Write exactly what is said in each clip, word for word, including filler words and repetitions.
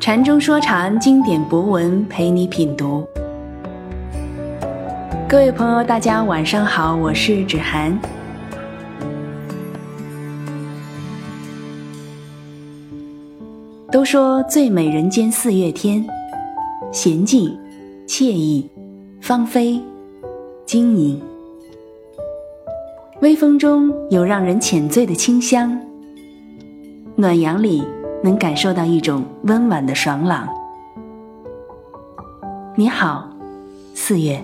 禅中说禅，经典博文陪你品读。各位朋友大家晚上好，我是芷涵。都说最美人间四月天，闲静、惬意、芳菲、晶莹。微风中有让人浅醉的清香，暖阳里能感受到一种温婉的爽朗。你好，四月。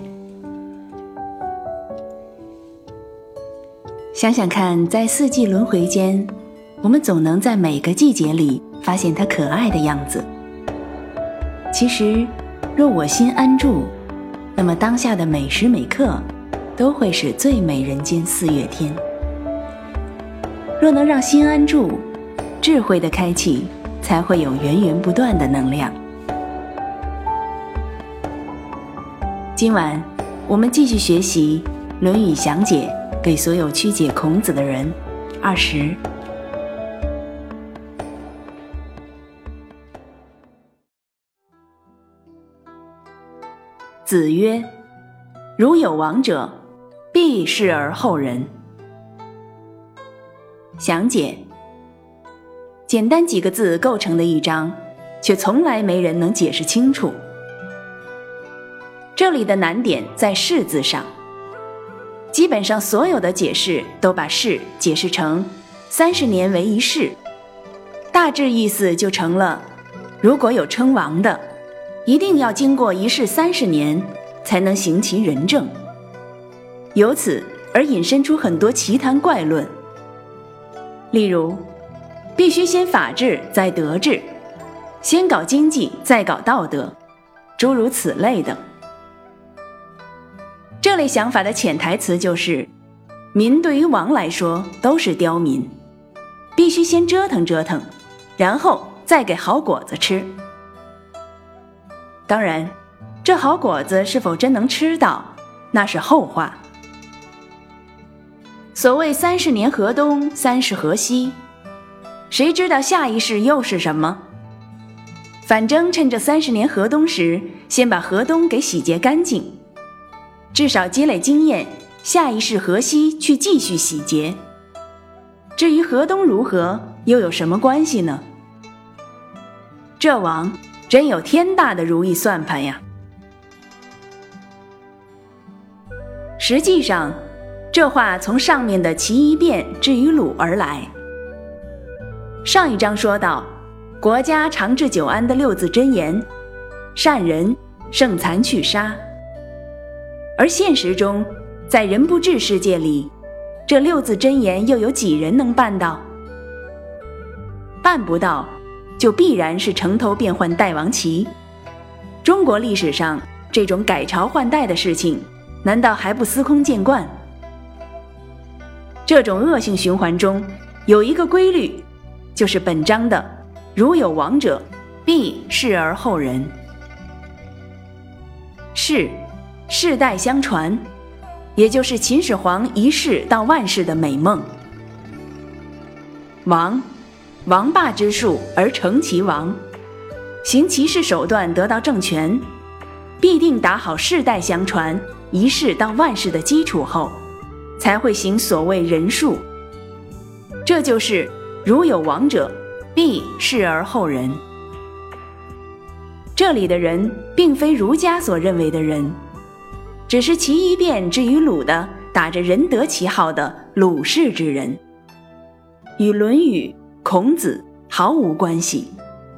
想想看，在四季轮回间，我们总能在每个季节里发现它可爱的样子。其实，若我心安住，那么当下的每时每刻都会是最美人间四月天。若能让心安住，智慧的开启才会有源源不断的能量。今晚我们继续学习《论语详解》，给所有曲解孔子的人。二十。子曰：如有亡者，必视而后仁。详解：简单几个字构成的一章，却从来没人能解释清楚。这里的难点在视字上，基本上所有的解释都把视解释成三十年为一世，大致意思就成了，如果有称王的，一定要经过一世三十年才能行其仁政，由此而引申出很多奇谈怪论。例如必须先法治再德治，先搞经济再搞道德，诸如此类的。这类想法的潜台词就是，民对于王来说都是刁民，必须先折腾折腾，然后再给好果子吃。当然，这好果子是否真能吃到，那是后话。所谓三十年河东，三十河西，谁知道下一世又是什么？反正趁着三十年河东时，先把河东给洗劫干净，至少积累经验，下一世河西去继续洗劫。至于河东如何，又有什么关系呢？这王真有天大的如意算盘呀！实际上，这话从上面的其一变至于鲁而来。上一章说到，国家长治久安的六字真言，善人胜残去杀。而现实中，在人不治世界里，这六字真言又有几人能办到？办不到，就必然是城头变换代王旗。中国历史上这种改朝换代的事情，难道还不司空见惯？这种恶性循环中有一个规律，就是本章的如有亡者，必视而后仁。世，世代相传，也就是秦始皇一世到万世的美梦。王，王霸之术而成其王，行其事手段得到政权，必定打好世代相传、一世到万世的基础后，才会行所谓仁术。这就是如有亡者，必视而后仁。这里的人并非儒家所认为的人，只是其一变至于鲁的打着仁德旗号的鲁氏之人，与《论语》孔子毫无关系。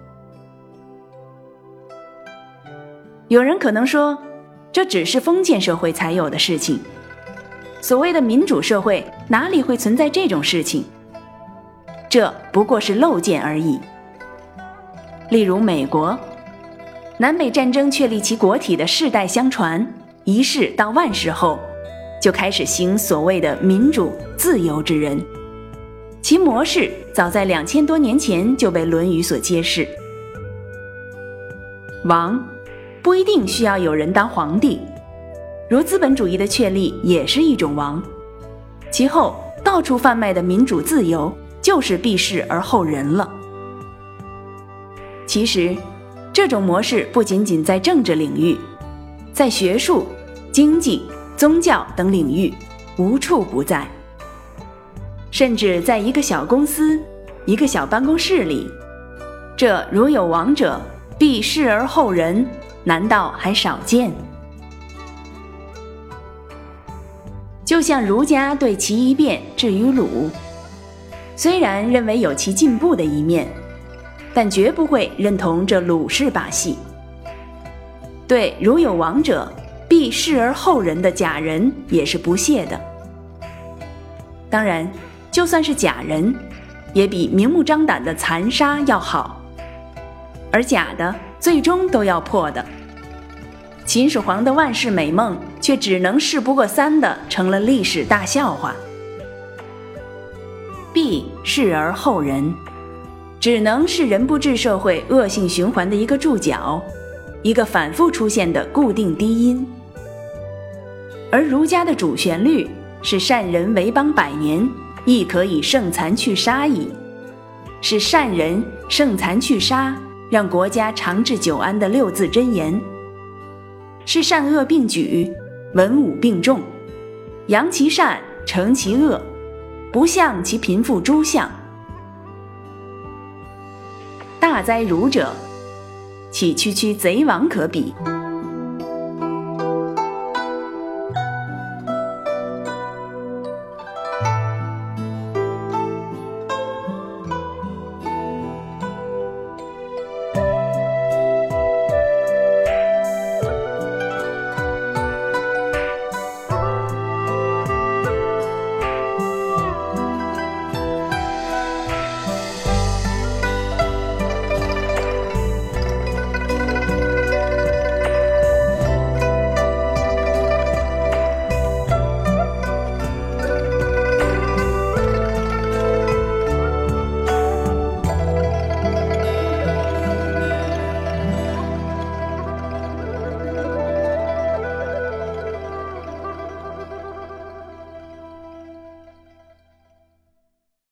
有人可能说，这只是封建社会才有的事情，所谓的民主社会哪里会存在这种事情？这不过是漏见而已。例如美国，南北战争确立其国体的世代相传，一世到万世后，就开始行所谓的民主自由之人，其模式早在两千多年前就被《论语》所揭示。王不一定需要有人当皇帝，如资本主义的确立也是一种王，其后到处贩卖的民主自由就是避世而后仁了。其实这种模式不仅仅在政治领域，在学术、经济、宗教等领域无处不在。甚至在一个小公司、一个小办公室里，这如有王者，必事而后仁，难道还少见？就像儒家对齐一变置于鲁，虽然认为有其进步的一面，但绝不会认同这鲁式把戏。对如有王者，必事而后仁的假人也是不屑的。当然，就算是假人，也比明目张胆的残杀要好，而假的最终都要破的。秦始皇的万世美梦却只能事不过三的成了历史大笑话。必事而后仁，只能是人不治社会恶性循环的一个注脚，一个反复出现的固定低音。而儒家的主旋律是善人为邦百年，亦可以胜残去杀矣，是善人胜残去杀，让国家长治久安的六字真言，是善恶并举，文武并重，扬其善，惩其恶，不向其贫富诸相。大哉儒者，岂区区贼王可比？